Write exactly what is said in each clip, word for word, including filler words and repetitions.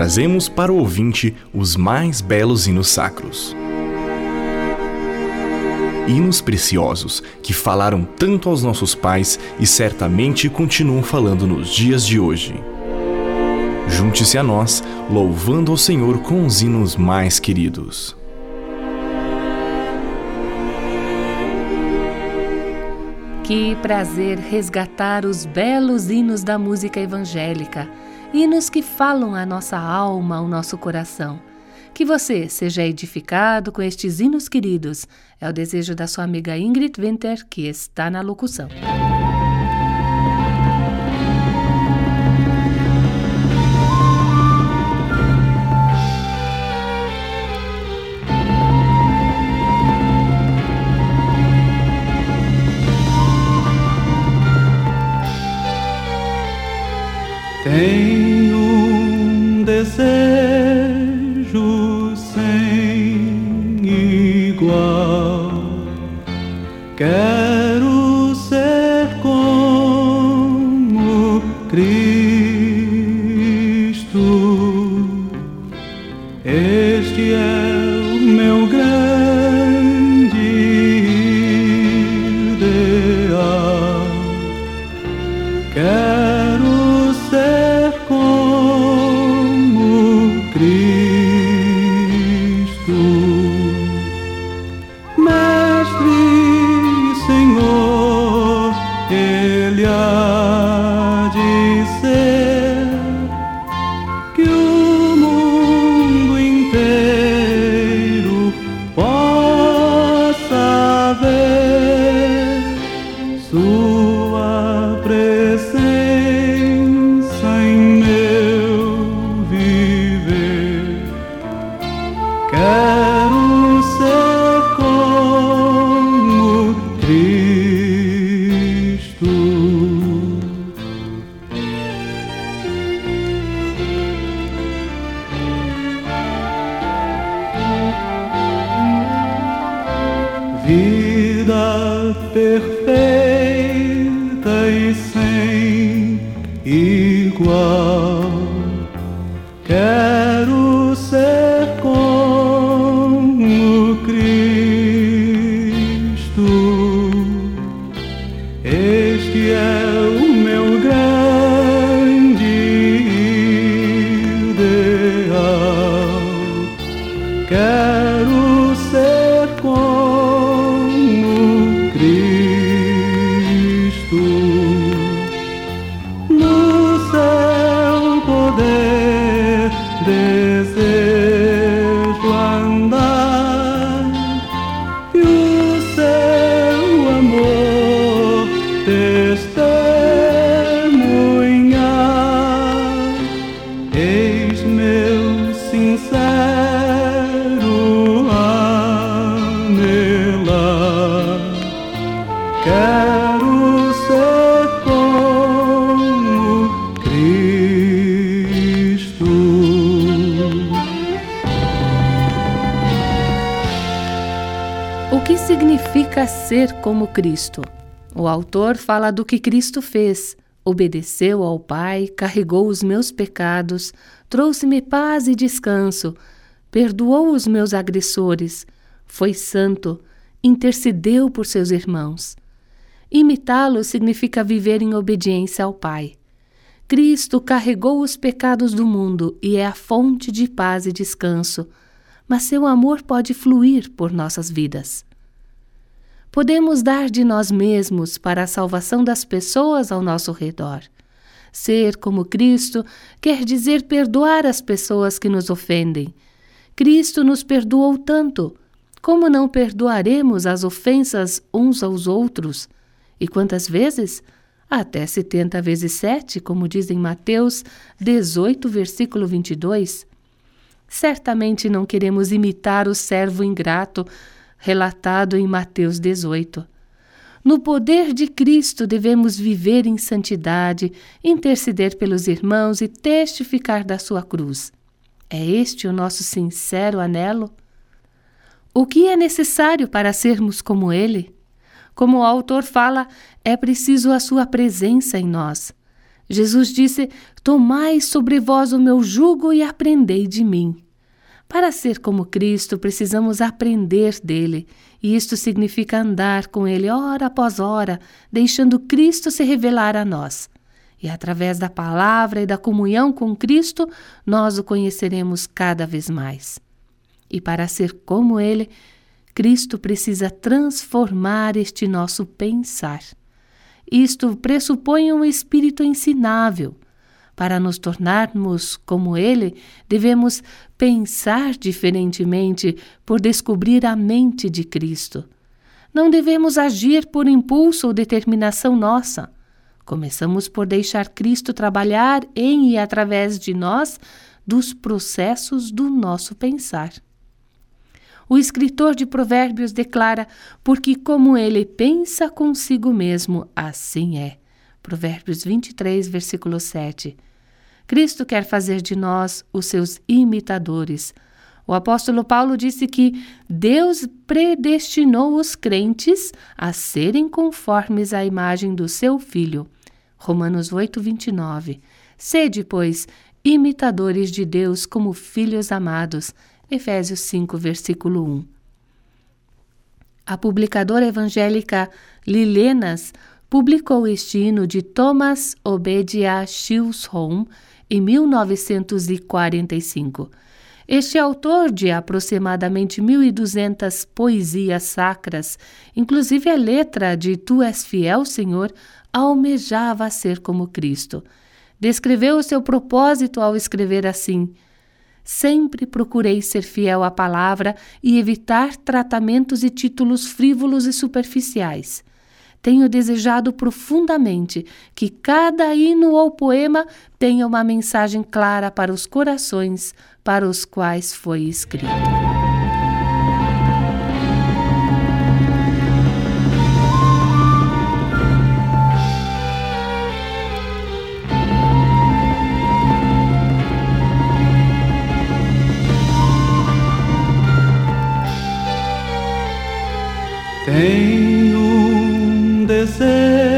trazemos para o ouvinte os mais belos hinos sacros. Hinos preciosos que falaram tanto aos nossos pais e certamente continuam falando nos dias de hoje. Junte-se a nós, louvando ao Senhor com os hinos mais queridos. Que prazer resgatar os belos hinos da música evangélica, hinos que falam à nossa alma, ao nosso coração. Que você seja edificado com estes hinos queridos. É o desejo da sua amiga Ingrid Winter, que está na locução. Tenho um desejo sem igual, quero ser como Cristo. Este é o meu grande ideal. Quero ser como Cristo, Mestre, Senhor, Ele há de ser que o mundo inteiro possa ver Sua presença em meu viver. Quero ser como Cristo. Vida perfeita e sem igual, quero ser como Cristo. Este é o meu grande ideal. Quero ser como Cristo. No céu poder desejo andar e o seu amor testemunhar. Eis meu sincero anelar. Quero ser como Cristo. O que significa ser como Cristo? O autor fala do que Cristo fez. Obedeceu ao Pai, carregou os meus pecados, trouxe-me paz e descanso, perdoou os meus agressores, foi santo, intercedeu por seus irmãos. Imitá-lo significa viver em obediência ao Pai. Cristo carregou os pecados do mundo e é a fonte de paz e descanso, mas seu amor pode fluir por nossas vidas. Podemos dar de nós mesmos para a salvação das pessoas ao nosso redor. Ser como Cristo quer dizer perdoar as pessoas que nos ofendem. Cristo nos perdoou tanto. Como não perdoaremos as ofensas uns aos outros? E quantas vezes? Até setenta vezes sete, como diz em Mateus dezoito, versículo vinte e dois. Certamente não queremos imitar o servo ingrato, relatado em Mateus dezoito. No poder de Cristo devemos viver em santidade, interceder pelos irmãos e testificar da sua cruz. É este o nosso sincero anelo? O que é necessário para sermos como Ele? Como o autor fala, é preciso a sua presença em nós. Jesus disse: tomai sobre vós o meu jugo e aprendei de mim. Para ser como Cristo, precisamos aprender dele, e isto significa andar com ele hora após hora, deixando Cristo se revelar a nós. E através da palavra e da comunhão com Cristo, nós o conheceremos cada vez mais. E para ser como ele, Cristo precisa transformar este nosso pensar. Isto pressupõe um espírito ensinável. Para nos tornarmos como ele, devemos pensar diferentemente por descobrir a mente de Cristo. Não devemos agir por impulso ou determinação nossa. Começamos por deixar Cristo trabalhar em e através de nós dos processos do nosso pensar. O escritor de Provérbios declara: porque como ele pensa consigo mesmo, assim é. Provérbios vinte e três, versículo sete. Cristo quer fazer de nós os seus imitadores. O apóstolo Paulo disse que Deus predestinou os crentes a serem conformes à imagem do seu Filho. Romanos oito, vinte e nove. Sede, pois, imitadores de Deus como filhos amados. Efésios cinco, versículo um. A publicadora evangélica Lilenas publicou este hino de Thomas Obadiah Schilsholm em mil novecentos e quarenta e cinco. Este autor de aproximadamente mil e duzentas poesias sacras, inclusive a letra de Tu és fiel, Senhor, almejava ser como Cristo. Descreveu o seu propósito ao escrever assim: sempre procurei ser fiel à palavra e evitar tratamentos e títulos frívolos e superficiais. Tenho desejado profundamente que cada hino ou poema tenha uma mensagem clara para os corações para os quais foi escrito. Tenho um desejo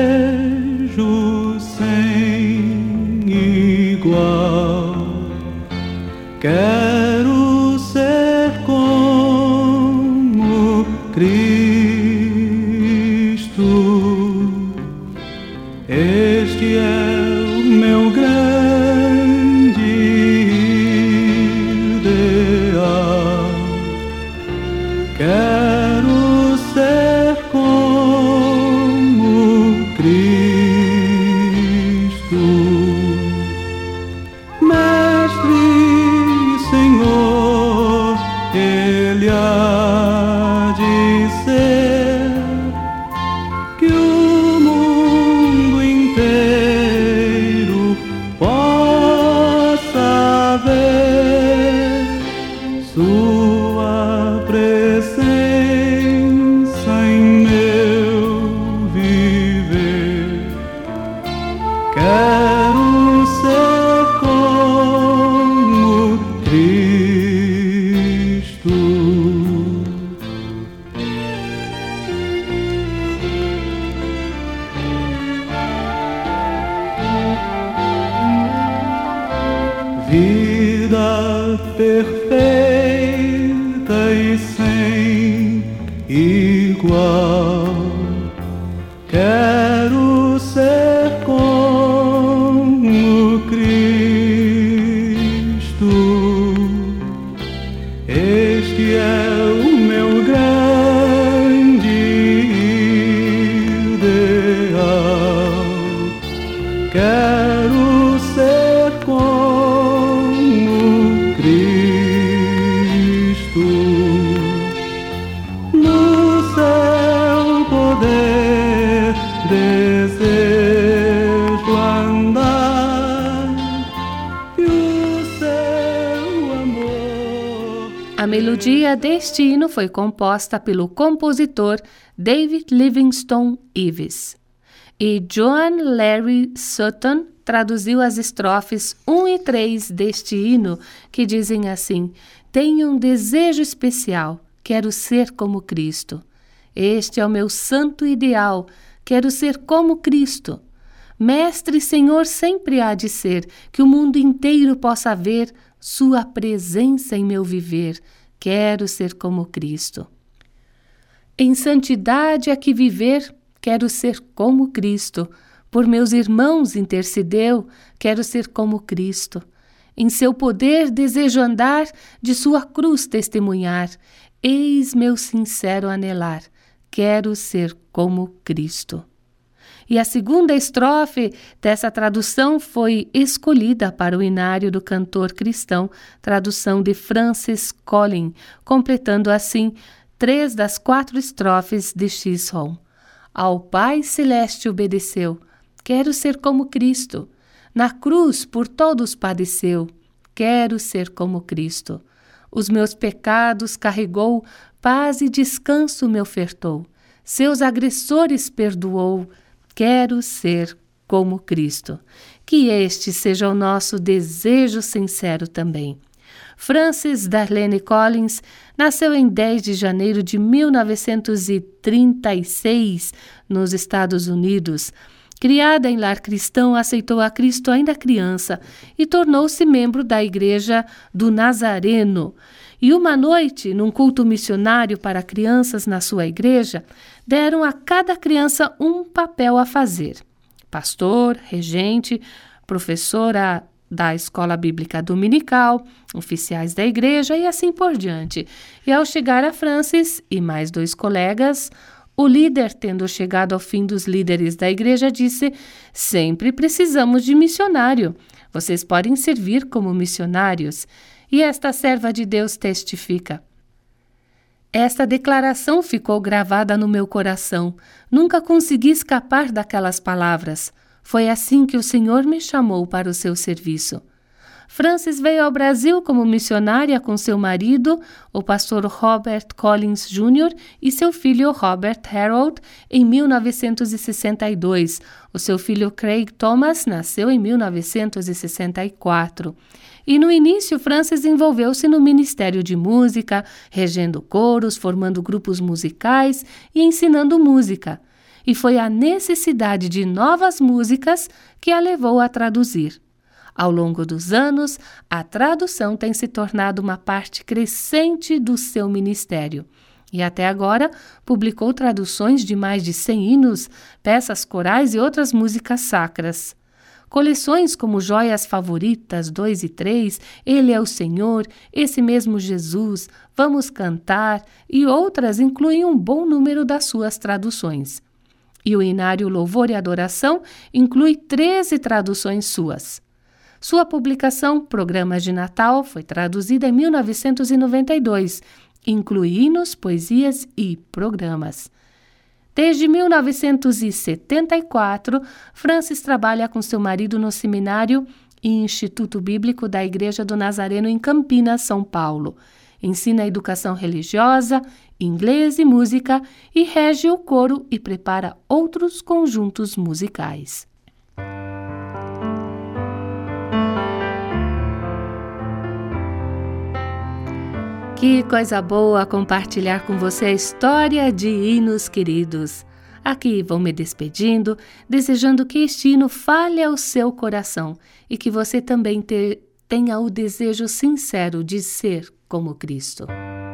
sem igual. Quero ser como Cristo. Este é o meu grande ideal. Quero ser como Cristo, Mestre e Senhor, Ele há de ser que o mundo inteiro possa ver Sua presença em meu viver. Quero ser como Cristo. Vida perfeita e sem igual. Quero ser como Cristo. Este é o meu grande ideal. Quero ser como Cristo. No céu poder desejo andar e o seu amor. A melodia deste hino foi composta pelo compositor David Livingstone Ives. E Joan Larry Sutton traduziu as estrofes um e três deste hino, que dizem assim: tenho um desejo especial, quero ser como Cristo. Este é o meu santo ideal, quero ser como Cristo. Mestre e Senhor sempre há de ser, que o mundo inteiro possa ver sua presença em meu viver. Quero ser como Cristo. Em santidade aqui viver, quero ser como Cristo. Por meus irmãos intercedeu, quero ser como Cristo. Em seu poder desejo andar, de sua cruz testemunhar. Eis meu sincero anelar, quero ser como Cristo. E a segunda estrofe dessa tradução foi escolhida para o inário do cantor cristão, tradução de Francis Collins, completando assim três das quatro estrofes de Chisholm. Ao Pai Celeste obedeceu, quero ser como Cristo. Na cruz por todos padeceu, quero ser como Cristo. Os meus pecados carregou, paz e descanso me ofertou. Seus agressores perdoou, quero ser como Cristo. Que este seja o nosso desejo sincero também. Francis Darlene Collins nasceu em dez de janeiro de mil novecentos e trinta e seis, nos Estados Unidos. Criada em lar cristão, aceitou a Cristo ainda criança e tornou-se membro da Igreja do Nazareno. E uma noite, num culto missionário para crianças na sua igreja, deram a cada criança um papel a fazer. Pastor, regente, professora da escola bíblica dominical, oficiais da igreja e assim por diante. E ao chegar a Francis e mais dois colegas, o líder, tendo chegado ao fim dos líderes da igreja, disse: sempre precisamos de missionário. Vocês podem servir como missionários. E esta serva de Deus testifica: esta declaração ficou gravada no meu coração. Nunca consegui escapar daquelas palavras. Foi assim que o Senhor me chamou para o seu serviço. Francis veio ao Brasil como missionária com seu marido, o pastor Robert Collins Júnior, e seu filho Robert Harold, em mil novecentos e sessenta e dois. O seu filho Craig Thomas nasceu em mil novecentos e sessenta e quatro. E no início, Francis envolveu-se no ministério de música, regendo coros, formando grupos musicais e ensinando música. E foi a necessidade de novas músicas que a levou a traduzir. Ao longo dos anos, a tradução tem se tornado uma parte crescente do seu ministério. E até agora, publicou traduções de mais de cem hinos, peças corais e outras músicas sacras. Coleções como Joias Favoritas dois e três, Ele é o Senhor, Esse Mesmo Jesus, Vamos Cantar e outras incluem um bom número das suas traduções. E o Inário Louvor e Adoração inclui treze traduções suas. Sua publicação, Programas de Natal, foi traduzida em mil novecentos e noventa e dois, inclui hinos, poesias e programas. Desde mil novecentos e setenta e quatro, Francis trabalha com seu marido no Seminário e Instituto Bíblico da Igreja do Nazareno em Campinas, São Paulo. Ensina educação religiosa, inglês e música e rege o coro e prepara outros conjuntos musicais. Que coisa boa compartilhar com você a história de hinos queridos. Aqui vou me despedindo, desejando que este hino fale ao seu coração e que você também ter, tenha o desejo sincero de ser como Cristo.